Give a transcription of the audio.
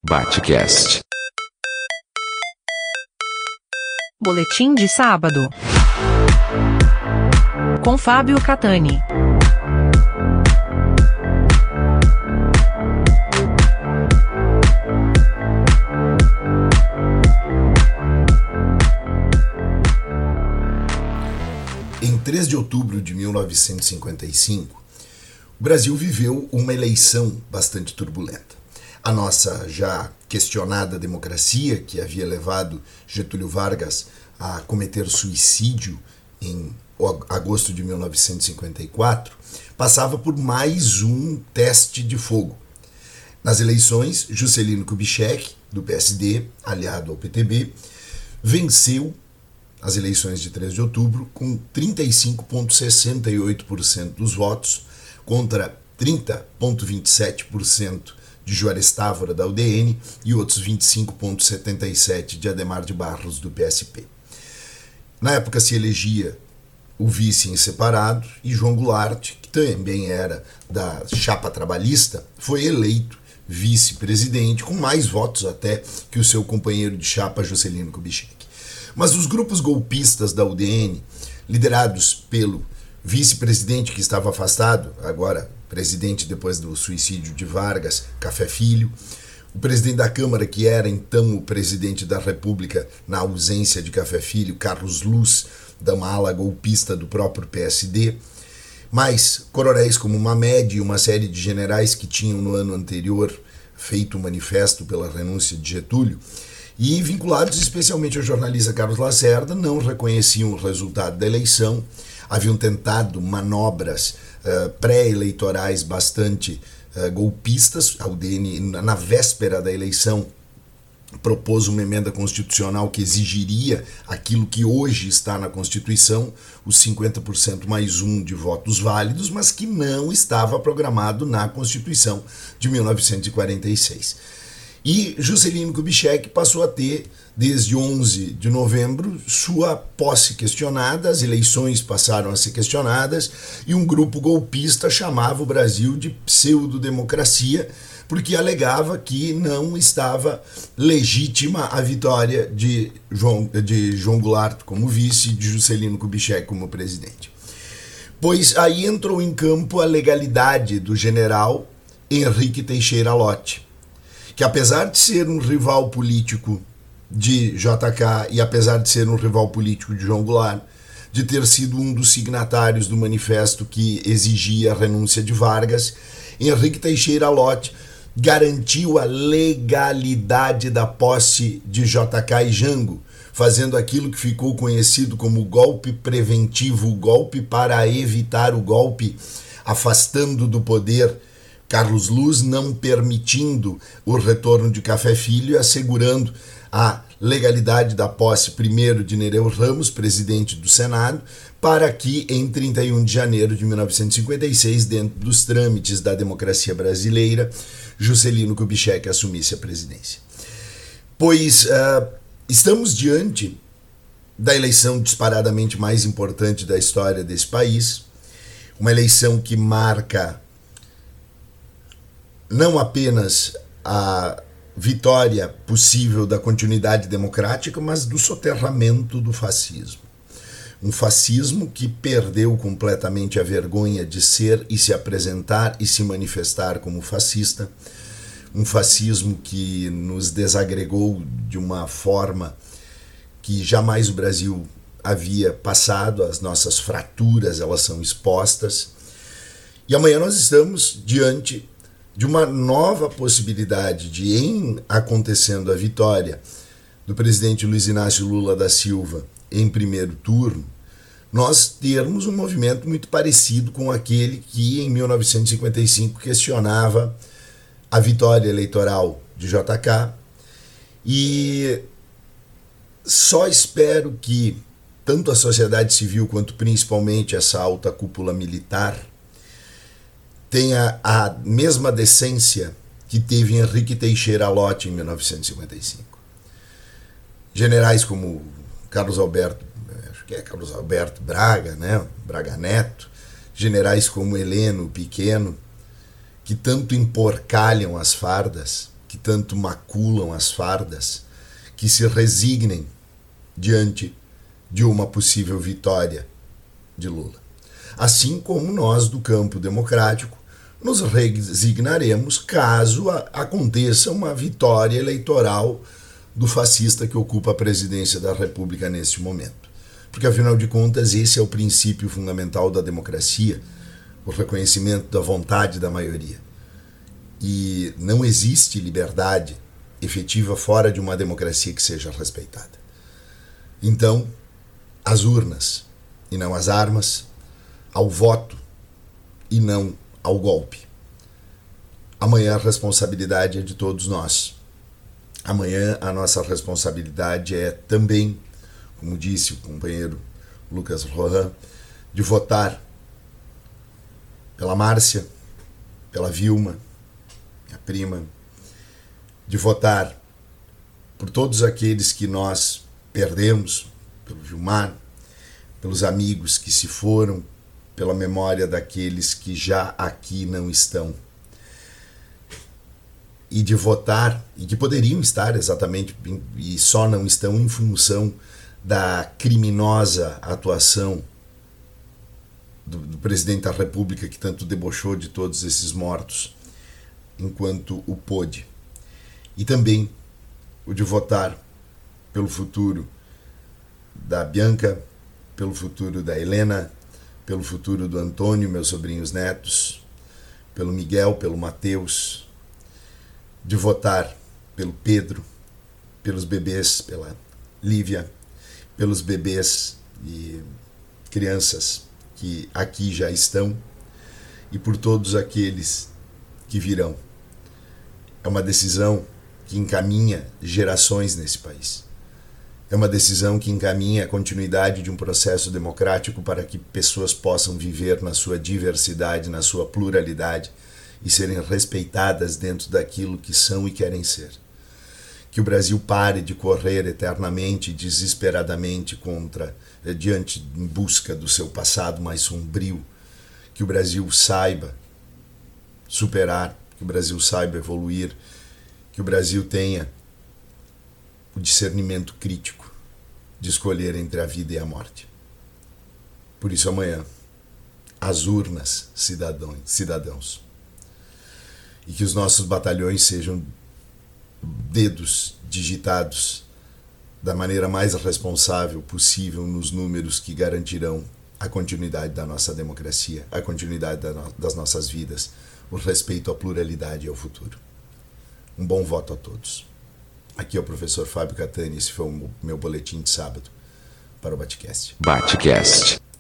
Batecast. Boletim de sábado. Com Fábio Catani. Em 3 de outubro de 1955, o Brasil viveu uma eleição bastante turbulenta. A nossa já questionada democracia, que havia levado Getúlio Vargas a cometer suicídio em agosto de 1954, passava por mais um teste de fogo. Nas eleições, Juscelino Kubitschek, do PSD, aliado ao PTB, venceu as eleições de 3 de outubro com 35,68% dos votos contra 30,27% de Juarez Távora, da UDN, e outros 25,77% de Adhemar de Barros, do PSP. Na época se elegia o vice em separado e João Goulart, que também era da chapa trabalhista, foi eleito vice-presidente com mais votos até que o seu companheiro de chapa Juscelino Kubitschek. Mas os grupos golpistas da UDN, liderados pelo vice-presidente que estava afastado, agora presidente depois do suicídio de Vargas, Café Filho, o presidente da Câmara, que era então o presidente da República na ausência de Café Filho, Carlos Luz, da uma ala golpista do próprio PSD, mais coronéis como Mamed e uma série de generais que tinham no ano anterior feito um manifesto pela renúncia de Getúlio, e vinculados especialmente ao jornalista Carlos Lacerda, não reconheciam o resultado da eleição, haviam tentado manobras pré-eleitorais bastante golpistas. A UDN, na véspera da eleição, propôs uma emenda constitucional que exigiria aquilo que hoje está na Constituição, os 50% mais um de votos válidos, mas que não estava programado na Constituição de 1946. E Juscelino Kubitschek passou a ter, desde 11 de novembro, sua posse questionada, as eleições passaram a ser questionadas e um grupo golpista chamava o Brasil de pseudo-democracia porque alegava que não estava legítima a vitória de João Goulart como vice e de Juscelino Kubitschek como presidente. Pois aí entrou em campo a legalidade do general Henrique Teixeira Lott, que apesar de ser um rival político de JK e apesar de ser um rival político de João Goulart, de ter sido um dos signatários do manifesto que exigia a renúncia de Vargas, Henrique Teixeira Lott garantiu a legalidade da posse de JK e Jango, fazendo aquilo que ficou conhecido como golpe preventivo, o golpe para evitar o golpe, afastando do poder Carlos Luz, não permitindo o retorno de Café Filho e assegurando a legalidade da posse primeiro de Nereu Ramos, presidente do Senado, para que em 31 de janeiro de 1956, dentro dos trâmites da democracia brasileira, Juscelino Kubitschek assumisse a presidência. Pois estamos diante da eleição disparadamente mais importante da história desse país, uma eleição que marca não apenas a vitória possível da continuidade democrática, mas do soterramento do fascismo. Um fascismo que perdeu completamente a vergonha de ser e se apresentar e se manifestar como fascista. Um fascismo que nos desagregou de uma forma que jamais o Brasil havia passado. As nossas fraturas, elas são expostas. E amanhã nós estamos diante de uma nova possibilidade de, em acontecendo a vitória do presidente Luiz Inácio Lula da Silva em primeiro turno, nós termos um movimento muito parecido com aquele que em 1955 questionava a vitória eleitoral de JK, e só espero que tanto a sociedade civil quanto principalmente essa alta cúpula militar tenha a mesma decência que teve Henrique Teixeira Lott em 1955. Generais como Carlos Alberto Braga, né? Braga Neto, generais como Heleno Pequeno, que tanto emporcalham as fardas, que tanto maculam as fardas, que se resignem diante de uma possível vitória de Lula. Assim como nós, do campo democrático, nos resignaremos caso aconteça uma vitória eleitoral do fascista que ocupa a presidência da República neste momento. Porque, afinal de contas, esse é o princípio fundamental da democracia, o reconhecimento da vontade da maioria. E não existe liberdade efetiva fora de uma democracia que seja respeitada. Então, às urnas e não às armas, ao voto e não ao golpe. Amanhã a responsabilidade é de todos nós. Amanhã a nossa responsabilidade é também, como disse o companheiro Lucas Rohan, de votar pela Márcia, pela Vilma, minha prima, de votar por todos aqueles que nós perdemos, pelo Vilmar, pelos amigos que se foram, pela memória daqueles que já aqui não estão. E de votar, e que poderiam estar exatamente, e só não estão em função da criminosa atuação do presidente da República, que tanto debochou de todos esses mortos, enquanto o pôde. E também o de votar pelo futuro da Bianca, pelo futuro da Helena, pelo futuro do Antônio, meus sobrinhos netos, pelo Miguel, pelo Mateus, de votar pelo Pedro, pelos bebês, pela Lívia, pelos bebês e crianças que aqui já estão e por todos aqueles que virão. É uma decisão que encaminha gerações nesse país. É uma decisão que encaminha a continuidade de um processo democrático para que pessoas possam viver na sua diversidade, na sua pluralidade e serem respeitadas dentro daquilo que são e querem ser. Que o Brasil pare de correr eternamente, desesperadamente em busca do seu passado mais sombrio. Que o Brasil saiba superar, que o Brasil saiba evoluir, que o Brasil tenha o discernimento crítico de escolher entre a vida e a morte. Por isso amanhã, às urnas, cidadãos. E que os nossos batalhões sejam dedos digitados da maneira mais responsável possível nos números que garantirão a continuidade da nossa democracia, a continuidade das nossas vidas, o respeito à pluralidade e ao futuro. Um bom voto a todos. Aqui é o professor Fábio Catani, esse foi o meu boletim de sábado para o Batcast.